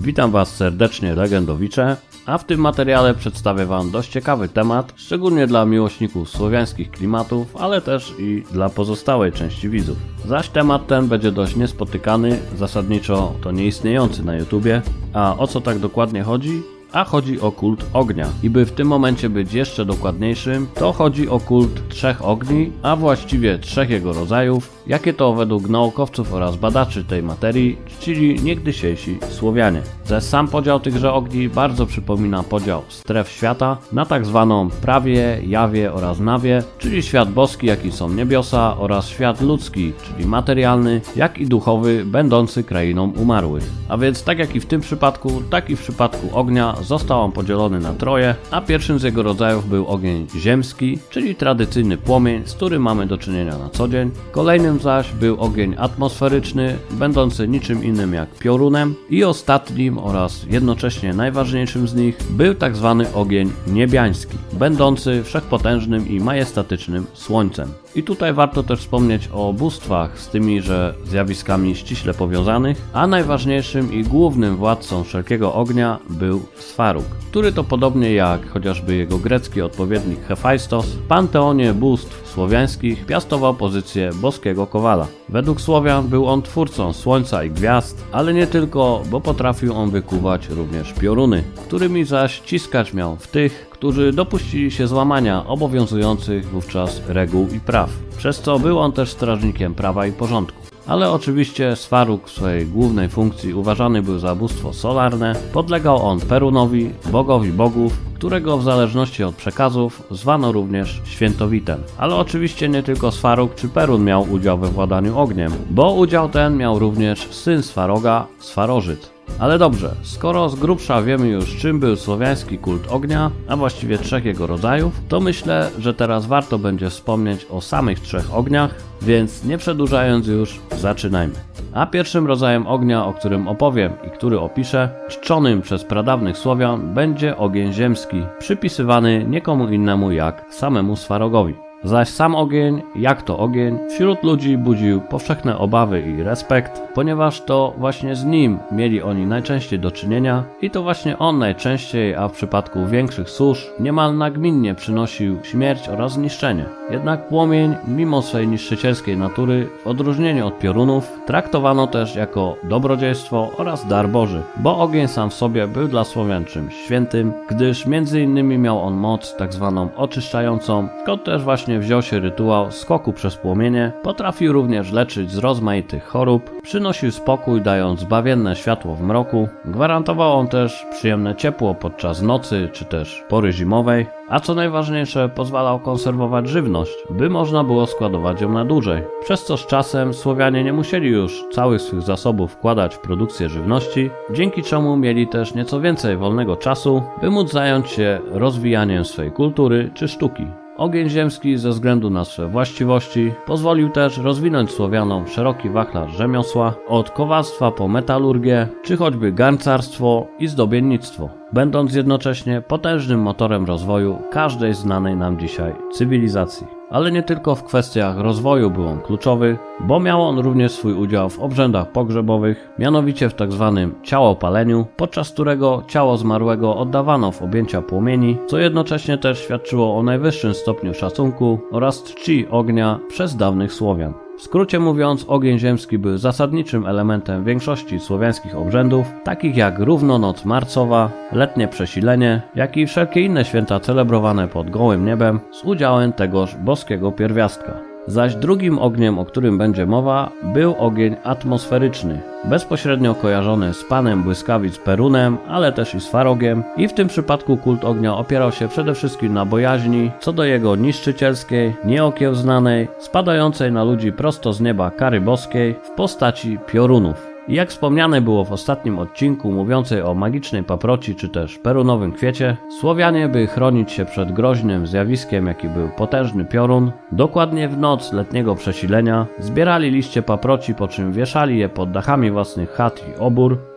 Witam Was serdecznie, Legendowicze, a w tym materiale przedstawię Wam dość ciekawy temat, szczególnie dla miłośników słowiańskich klimatów, ale też i dla pozostałej części widzów. Zaś temat ten będzie dość niespotykany, zasadniczo to nieistniejący na YouTubie. A o co tak dokładnie chodzi? A chodzi o kult ognia. I by w tym momencie być jeszcze dokładniejszym, to chodzi o kult trzech ogni, a właściwie trzech jego rodzajów, jakie to według naukowców oraz badaczy tej materii czcili niegdysiejsi Słowianie. Zaś sam podział tychże ogni bardzo przypomina podział stref świata na tak zwaną prawie, jawie oraz nawie, czyli świat boski, jaki są niebiosa, oraz świat ludzki, czyli materialny, jak i duchowy, będący krainą umarłych. A więc tak jak i w tym przypadku, tak i w przypadku ognia został on podzielony na troje, a pierwszym z jego rodzajów był ogień ziemski, czyli tradycyjny płomień, z którym mamy do czynienia na co dzień. Kolejnym zaś był ogień atmosferyczny, będący niczym innym jak piorunem, i ostatnim oraz jednocześnie najważniejszym z nich był tak zwany ogień niebiański, będący wszechpotężnym i majestatycznym słońcem. I tutaj warto też wspomnieć o bóstwach z tymiże zjawiskami ściśle powiązanych, a najważniejszym i głównym władcą wszelkiego ognia był Sfaruk, który to podobnie jak chociażby jego grecki odpowiednik Hefajstos, w panteonie bóstw słowiańskich piastował pozycję boskiego kowala. Według Słowian był on twórcą słońca i gwiazd, ale nie tylko, bo potrafił on wykuwać również pioruny, którymi zaś ciskać miał w tych, którzy dopuścili się złamania obowiązujących wówczas reguł i praw, przez co był on też strażnikiem prawa i porządku. Ale oczywiście Sfaruk w swojej głównej funkcji uważany był za bóstwo solarne, podlegał on Perunowi, bogowi bogów, którego w zależności od przekazów zwano również świętowitem. Ale oczywiście nie tylko Sfaruk czy Perun miał udział we władaniu ogniem, bo udział ten miał również syn Sfaroga, Swarożyt. Ale dobrze, skoro z grubsza wiemy już, czym był słowiański kult ognia, a właściwie trzech jego rodzajów, to myślę, że teraz warto będzie wspomnieć o samych trzech ogniach, więc nie przedłużając już, zaczynajmy. A pierwszym rodzajem ognia, o którym opowiem i który opiszę, czczonym przez pradawnych Słowian, będzie ogień ziemski, przypisywany nikomu innemu jak samemu Swarogowi. Zaś sam ogień, jak to ogień, wśród ludzi budził powszechne obawy i respekt, ponieważ to właśnie z nim mieli oni najczęściej do czynienia i to właśnie on najczęściej, a w przypadku większych susz, niemal nagminnie przynosił śmierć oraz zniszczenie. Jednak płomień, mimo swej niszczycielskiej natury, w odróżnieniu od piorunów, traktowano też jako dobrodziejstwo oraz dar Boży, bo ogień sam w sobie był dla Słowian czymś świętym, gdyż między innymi miał on moc tak zwaną oczyszczającą, skąd też właśnie wziął się rytuał skoku przez płomienie, potrafił również leczyć z rozmaitych chorób, przynosił spokój, dając zbawienne światło w mroku, gwarantował on też przyjemne ciepło podczas nocy czy też pory zimowej, a co najważniejsze pozwalał konserwować żywność, by można było składować ją na dłużej, przez co z czasem Słowianie nie musieli już całych swych zasobów wkładać w produkcję żywności, dzięki czemu mieli też nieco więcej wolnego czasu, by móc zająć się rozwijaniem swej kultury czy sztuki. Ogień ziemski ze względu na swe właściwości pozwolił też rozwinąć Słowianom szeroki wachlarz rzemiosła, od kowalstwa po metalurgię, czy choćby garncarstwo i zdobiennictwo, będąc jednocześnie potężnym motorem rozwoju każdej znanej nam dzisiaj cywilizacji. Ale nie tylko w kwestiach rozwoju był on kluczowy, bo miał on również swój udział w obrzędach pogrzebowych, mianowicie w tzw. ciałopaleniu, podczas którego ciało zmarłego oddawano w objęcia płomieni, co jednocześnie też świadczyło o najwyższym stopniu szacunku oraz czci ognia przez dawnych Słowian. W skrócie mówiąc, ogień ziemski był zasadniczym elementem większości słowiańskich obrzędów, takich jak równonoc marcowa, letnie przesilenie, jak i wszelkie inne święta celebrowane pod gołym niebem z udziałem tegoż boskiego pierwiastka. Zaś drugim ogniem, o którym będzie mowa, był ogień atmosferyczny, bezpośrednio kojarzony z panem błyskawic Perunem, ale też i Sfarogiem, i w tym przypadku kult ognia opierał się przede wszystkim na bojaźni co do jego niszczycielskiej, nieokiełznanej, spadającej na ludzi prosto z nieba kary boskiej w postaci piorunów. I jak wspomniane było w ostatnim odcinku mówiącej o magicznej paproci czy też perunowym kwiecie, Słowianie, by chronić się przed groźnym zjawiskiem, jaki był potężny piorun, dokładnie w noc letniego przesilenia zbierali liście paproci, po czym wieszali je pod dachami własnych chat i obór,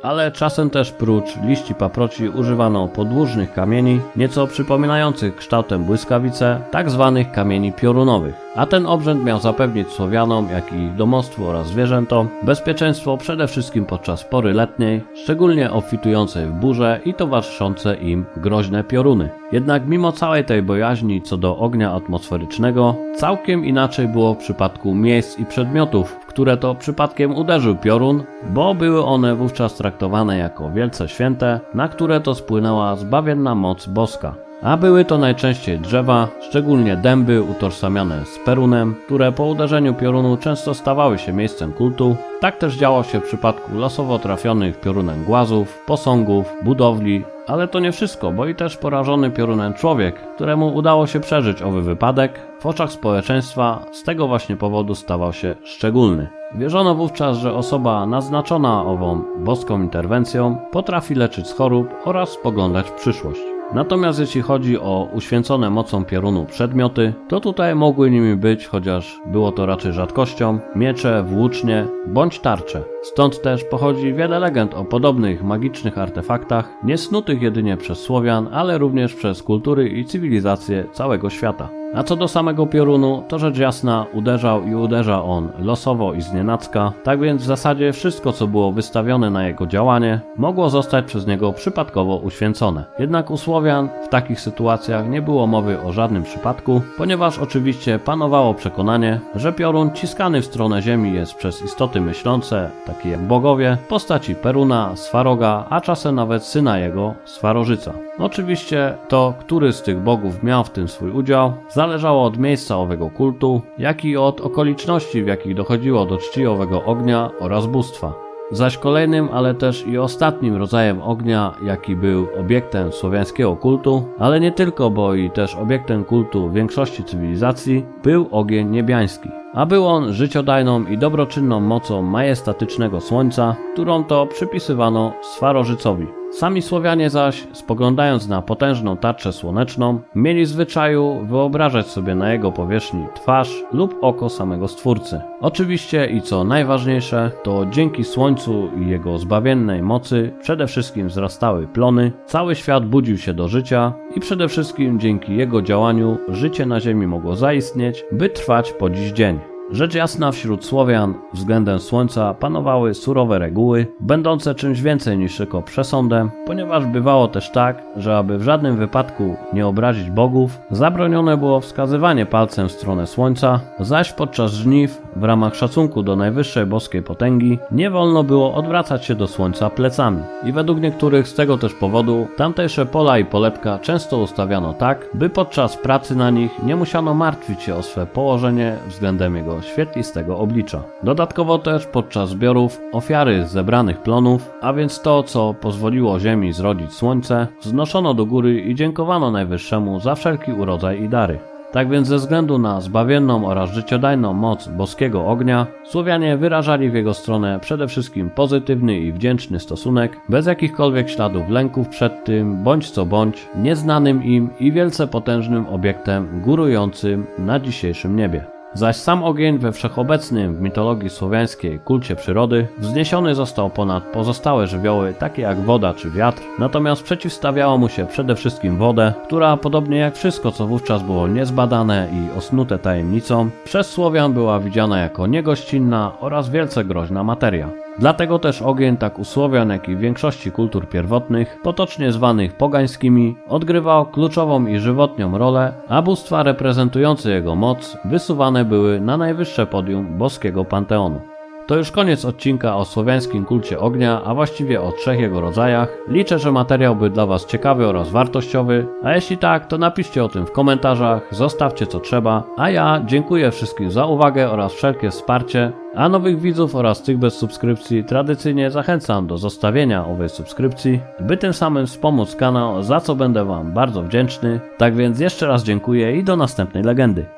ale czasem też prócz liści paproci używano podłużnych kamieni, nieco przypominających kształtem błyskawice, tak zwanych kamieni piorunowych. A ten obrzęd miał zapewnić Słowianom, jak i ich domostwu oraz zwierzętom, bezpieczeństwo przede wszystkim podczas pory letniej, szczególnie obfitującej w burze i towarzyszące im groźne pioruny. Jednak mimo całej tej bojaźni co do ognia atmosferycznego, całkiem inaczej było w przypadku miejsc i przedmiotów, w które to przypadkiem uderzył piorun, bo były one wówczas traktowane jako wielce święte, na które to spłynęła zbawienna moc boska. A były to najczęściej drzewa, szczególnie dęby utożsamiane z perunem, które po uderzeniu piorunu często stawały się miejscem kultu. Tak też działo się w przypadku losowo trafionych piorunem głazów, posągów, budowli, ale to nie wszystko, bo i też porażony piorunem człowiek, któremu udało się przeżyć owy wypadek, w oczach społeczeństwa z tego właśnie powodu stawał się szczególny. Wierzono wówczas, że osoba naznaczona ową boską interwencją potrafi leczyć z chorób oraz spoglądać w przyszłość. Natomiast jeśli chodzi o uświęcone mocą piorunu przedmioty, to tutaj mogły nimi być, chociaż było to raczej rzadkością, miecze, włócznie bądź tarcze. Stąd też pochodzi wiele legend o podobnych magicznych artefaktach, nie snutych jedynie przez Słowian, ale również przez kultury i cywilizacje całego świata. A co do samego piorunu, to rzecz jasna uderzał i uderza on losowo i znienacka, tak więc w zasadzie wszystko co było wystawione na jego działanie mogło zostać przez niego przypadkowo uświęcone. Jednak u Słowian w takich sytuacjach nie było mowy o żadnym przypadku, ponieważ oczywiście panowało przekonanie, że piorun ciskany w stronę ziemi jest przez istoty myślące, takie jak bogowie, w postaci Peruna, Swaroga, a czasem nawet syna jego, Swarożyca. Oczywiście to, który z tych bogów miał w tym swój udział, zależało od miejsca owego kultu, jak i od okoliczności, w jakich dochodziło do czci owego ognia oraz bóstwa. Zaś kolejnym, ale też i ostatnim rodzajem ognia, jaki był obiektem słowiańskiego kultu, ale nie tylko, bo i też obiektem kultu większości cywilizacji, był ogień niebiański. A był on życiodajną i dobroczynną mocą majestatycznego słońca, którą to przypisywano Swarożycowi. Sami Słowianie zaś, spoglądając na potężną tarczę słoneczną, mieli w zwyczaju wyobrażać sobie na jego powierzchni twarz lub oko samego Stwórcy. Oczywiście i co najważniejsze, to dzięki słońcu i jego zbawiennej mocy przede wszystkim wzrastały plony, cały świat budził się do życia i przede wszystkim dzięki jego działaniu życie na ziemi mogło zaistnieć, by trwać po dziś dzień. Rzecz jasna, wśród Słowian względem słońca panowały surowe reguły, będące czymś więcej niż tylko przesądem, ponieważ bywało też tak, że aby w żadnym wypadku nie obrazić bogów, zabronione było wskazywanie palcem w stronę słońca, zaś podczas żniw, w ramach szacunku do najwyższej boskiej potęgi, nie wolno było odwracać się do słońca plecami. I według niektórych z tego też powodu tamtejsze pola i poletka często ustawiano tak, by podczas pracy na nich nie musiano martwić się o swe położenie względem jego świetlistego oblicza. Dodatkowo też podczas zbiorów ofiary z zebranych plonów, a więc to, co pozwoliło ziemi zrodzić słońce, wznoszono do góry i dziękowano Najwyższemu za wszelki urodzaj i dary. Tak więc ze względu na zbawienną oraz życiodajną moc boskiego ognia, Słowianie wyrażali w jego stronę przede wszystkim pozytywny i wdzięczny stosunek, bez jakichkolwiek śladów lęków przed tym, bądź co bądź, nieznanym im i wielce potężnym obiektem górującym na dzisiejszym niebie. Zaś sam ogień we wszechobecnym w mitologii słowiańskiej kulcie przyrody wzniesiony został ponad pozostałe żywioły, takie jak woda czy wiatr, natomiast przeciwstawiało mu się przede wszystkim wodę, która podobnie jak wszystko co wówczas było niezbadane i osnute tajemnicą, przez Słowian była widziana jako niegościnna oraz wielce groźna materia. Dlatego też ogień tak u Słowian, jak i w większości kultur pierwotnych, potocznie zwanych pogańskimi, odgrywał kluczową i żywotnią rolę, a bóstwa reprezentujące jego moc wysuwane były na najwyższe podium boskiego panteonu. To już koniec odcinka o słowiańskim kulcie ognia, a właściwie o 3 jego rodzajach. Liczę, że materiał był dla Was ciekawy oraz wartościowy, a jeśli tak, to napiszcie o tym w komentarzach, zostawcie co trzeba, a ja dziękuję wszystkim za uwagę oraz wszelkie wsparcie, a nowych widzów oraz tych bez subskrypcji tradycyjnie zachęcam do zostawienia owej subskrypcji, by tym samym wspomóc kanał, za co będę Wam bardzo wdzięczny. Tak więc jeszcze raz dziękuję i do następnej legendy.